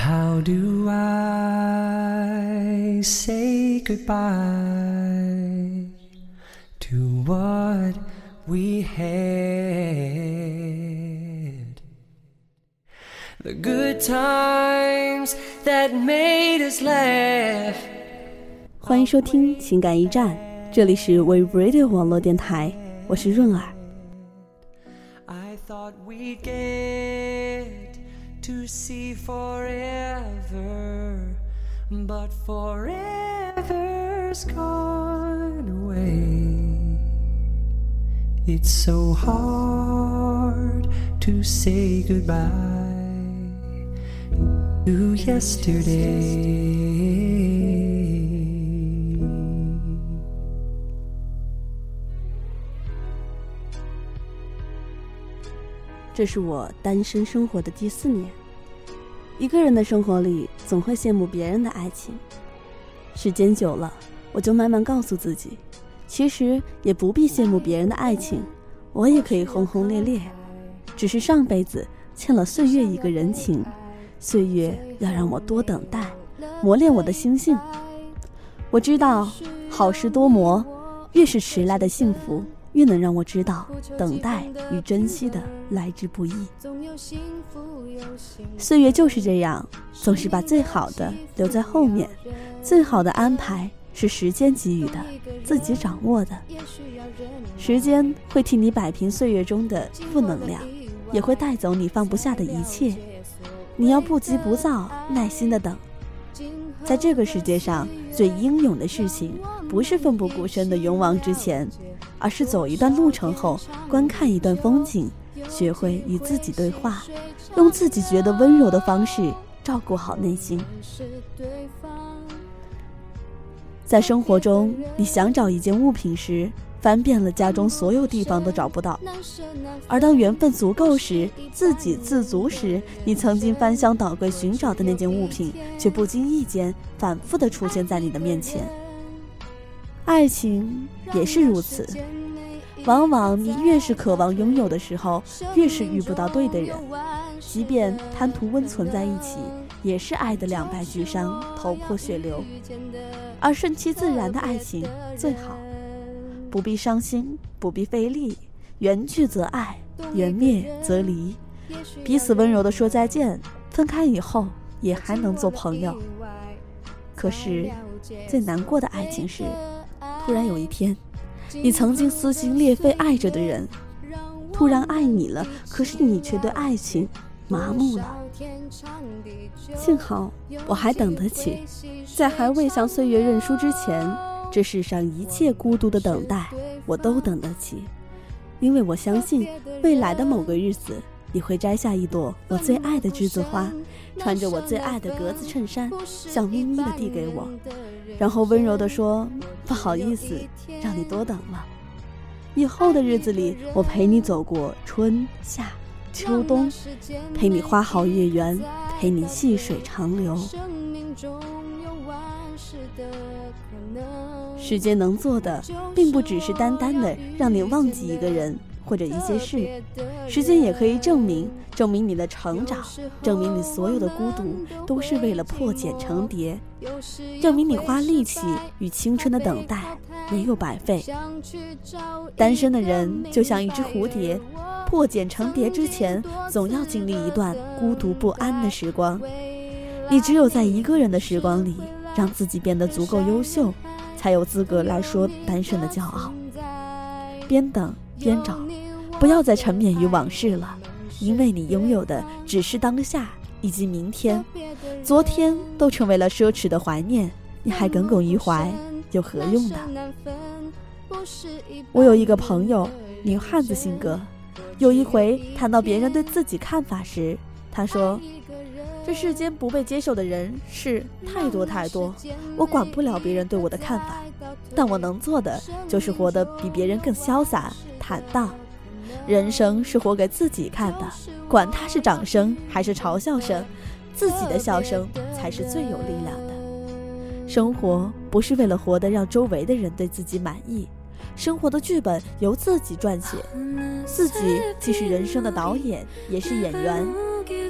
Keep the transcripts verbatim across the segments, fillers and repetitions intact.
How do I say goodbye to what we had? The good times that made us laugh. 欢迎收听情感驿站，这里是 Wave Radio 网络电台，我是润儿。 I thought we'd get to see forever, but forever's gone away. It's so hard to say goodbye to yesterday. 这是我单身生活的第四年，一个人的生活里总会羡慕别人的爱情。时间久了，我就慢慢告诉自己，其实也不必羡慕别人的爱情，我也可以轰轰烈烈，只是上辈子欠了岁月一个人情，岁月要让我多等待，磨练我的心性。我知道好事多磨，越是迟来的幸福，越能让我知道等待与珍惜的来之不易。岁月就是这样，总是把最好的留在后面，最好的安排是时间给予的，自己掌握的。时间会替你摆平岁月中的负能量，也会带走你放不下的一切。你要不急不躁，耐心的等。在这个世界上，最英勇的事情不是奋不顾身的勇往直前，而是走一段路程后，观看一段风景，学会与自己对话，用自己觉得温柔的方式照顾好内心。在生活中，你想找一件物品时，翻遍了家中所有地方都找不到，而当缘分足够时，自给自足时，你曾经翻箱倒柜寻找的那件物品，却不经意间反复地出现在你的面前。爱情也是如此，往往你越是渴望拥有的时候，越是遇不到对的人，即便贪图温存在一起，也是爱得两败俱伤，头破血流。而顺其自然的爱情最好，不必伤心，不必费力，缘聚则爱，缘灭则离，彼此温柔地说再见，分开以后也还能做朋友。可是最难过的爱情是，突然有一天，你曾经撕心裂肺爱着的人突然爱你了，可是你却对爱情麻木了。幸好我还等得起，在还未向岁月认输之前，这世上一切孤独的等待我都等得起，因为我相信未来的某个日子，你会摘下一朵我最爱的栀子花，穿着我最爱的格子衬衫，笑眯眯地递给我，然后温柔地说，不好意思让你多等了。以后的日子里，我陪你走过春夏秋冬，陪你花好月圆，陪你细水长流。时间能做的并不只是单单的让你忘记一个人或者一些事，时间也可以证明证明你的成长，证明你所有的孤独都是为了破茧成蝶，证明你花力气与青春的等待没有白费。单身的人就像一只蝴蝶，破茧成蝶之前总要经历一段孤独不安的时光。你只有在一个人的时光里让自己变得足够优秀，才有资格来说单身的骄傲。边等边找，不要再沉湎于往事了，因为你拥有的只是当下以及明天，昨天都成为了奢侈的怀念，你还耿耿于怀有何用呢？我有一个朋友，女汉子性格，有一回谈到别人对自己看法时，他说，这世间不被接受的人事太多太多，我管不了别人对我的看法，但我能做的就是活得比别人更潇洒坦荡。人生是活给自己看的，管他是掌声还是嘲笑声，自己的笑声才是最有力量的。生活不是为了活得让周围的人对自己满意，生活的剧本由自己撰写，自己既是人生的导演，也是演员。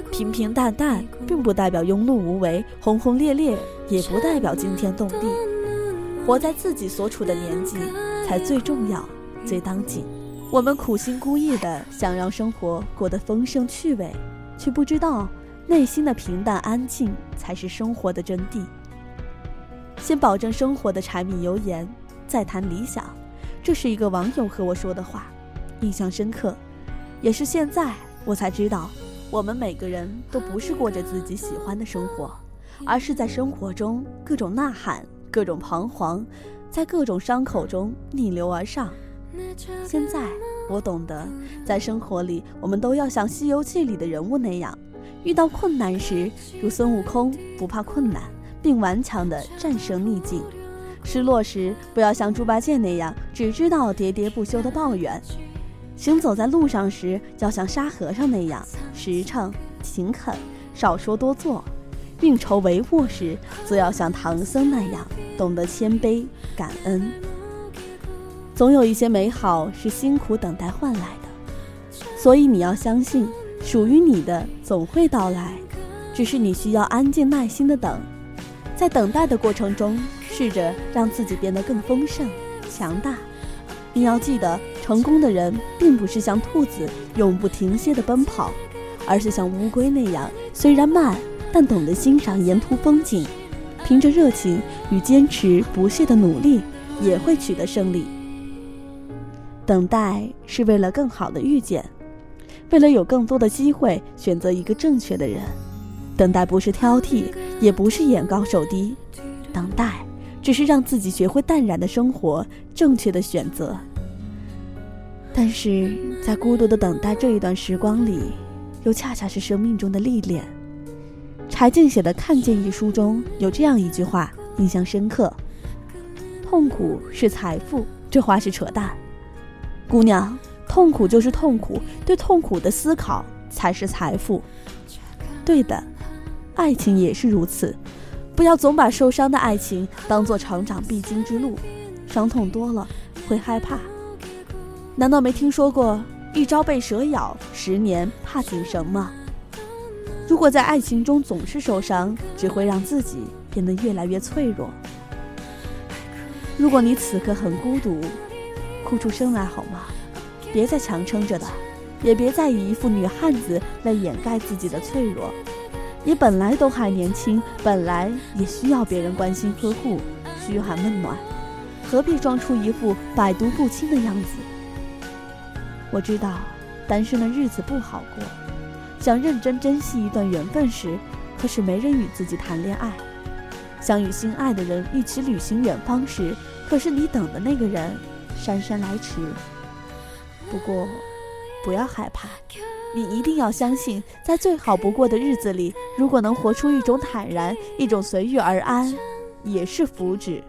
平平淡淡并不代表庸碌无为，轰轰烈烈也不代表惊天动地。活在自己所处的年纪才最重要，最当紧。我们苦心孤诣地想让生活过得丰盛趣味，却不知道内心的平淡安静才是生活的真谛。先保证生活的柴米油盐，再谈理想。这是一个网友和我说的话，印象深刻。也是现在我才知道，我们每个人都不是过着自己喜欢的生活，而是在生活中各种呐喊，各种彷徨，在各种伤口中逆流而上。现在我懂得，在生活里我们都要像《西游记》里的人物那样，遇到困难时如孙悟空，不怕困难并顽强地战胜逆境；失落时不要像猪八戒那样只知道喋喋不休的抱怨；行走在路上时要像沙和尚那样实诚勤恳，少说多做；运筹帷幄时则要像唐僧那样懂得谦卑感恩。总有一些美好是辛苦等待换来的，所以你要相信，属于你的总会到来，只是你需要安静耐心的等。在等待的过程中，试着让自己变得更丰盛强大。你要记得，成功的人并不是像兔子永不停歇的奔跑，而是像乌龟那样，虽然慢，但懂得欣赏沿途风景，凭着热情与坚持不懈的努力，也会取得胜利。等待是为了更好的遇见，为了有更多的机会选择一个正确的人。等待不是挑剔，也不是眼高手低，等待只是让自己学会淡然的生活，正确的选择。但是在孤独的等待这一段时光里，又恰恰是生命中的历练。柴静写的《看见》一书中有这样一句话印象深刻：痛苦是财富。这话是扯淡，姑娘，痛苦就是痛苦，对痛苦的思考才是财富。对的，爱情也是如此，不要总把受伤的爱情当作成长必经之路，伤痛多了会害怕。难道没听说过一朝被蛇咬，十年怕井绳吗？如果在爱情中总是受伤，只会让自己变得越来越脆弱。如果你此刻很孤独，哭出声来好吗？别再强撑着的，也别再以一副女汉子来掩盖自己的脆弱。你本来都还年轻，本来也需要别人关心呵护，嘘寒问暖，何必装出一副百毒不侵的样子？我知道单身的日子不好过，想认真珍惜一段缘分时，可是没人与自己谈恋爱；想与心爱的人一起旅行远方时，可是你等的那个人姗姗来迟。不过不要害怕，你一定要相信，在最好不过的日子里，如果能活出一种坦然，一种随遇而安，也是福祉。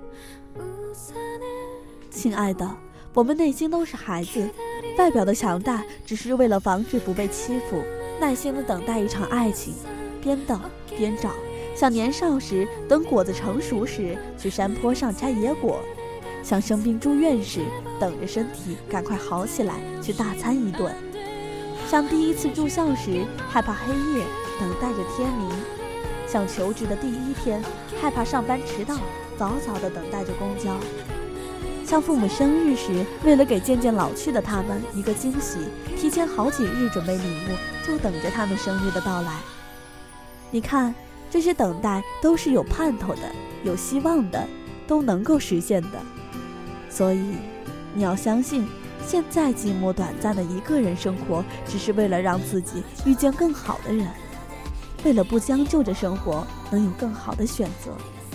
亲爱的，我们内心都是孩子，外表的强大只是为了防止不被欺负，耐心地等待一场爱情，边等边找，像年少时等果子成熟时去山坡上摘野果，像生病住院时等着身体赶快好起来去大餐一顿，像第一次住校时害怕黑夜等待着天明，像求职的第一天害怕上班迟到早早地等待着公交，像父母生日时为了给渐渐老去的他们一个惊喜，提前好几日准备礼物，就等着他们生日的到来。你看，这些等待都是有盼头的，有希望的，都能够实现的。所以你要相信，现在寂寞短暂的一个人生活，只是为了让自己遇见更好的人，为了不将就着生活，能有更好的选择。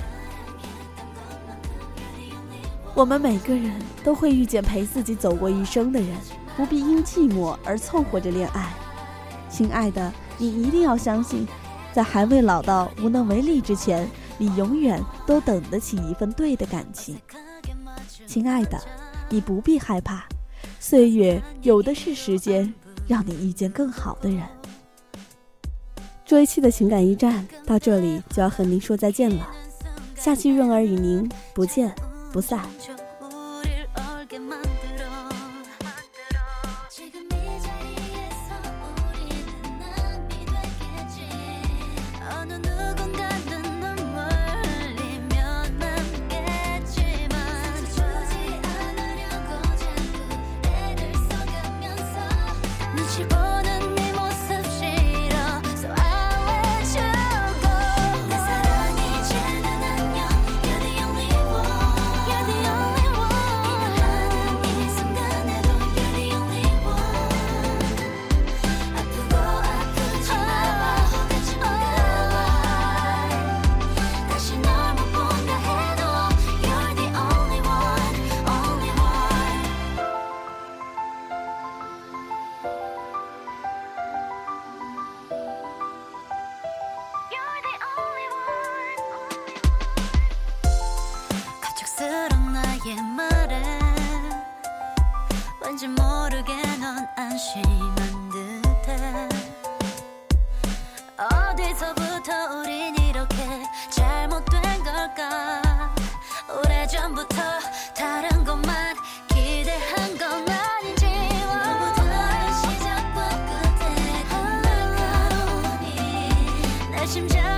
我们每个人都会遇见陪自己走过一生的人，不必因寂寞而凑合着恋爱。亲爱的，你一定要相信，在还未老到无能为力之前，你永远都等得起一份对的感情。亲爱的，你不必害怕，岁月有的是时间让你遇见更好的人。这一期的情感驿站到这里就要和您说再见了，下期润儿与您不见不散。 너의 말에 왠지 모르게 넌 안심한 듯해 어디서부터 우린 이렇게 잘못된 걸까 오래전부터 다른 것만 기대한 건 아닌지 너무도 시작과 끝에 날카로우니 내 심장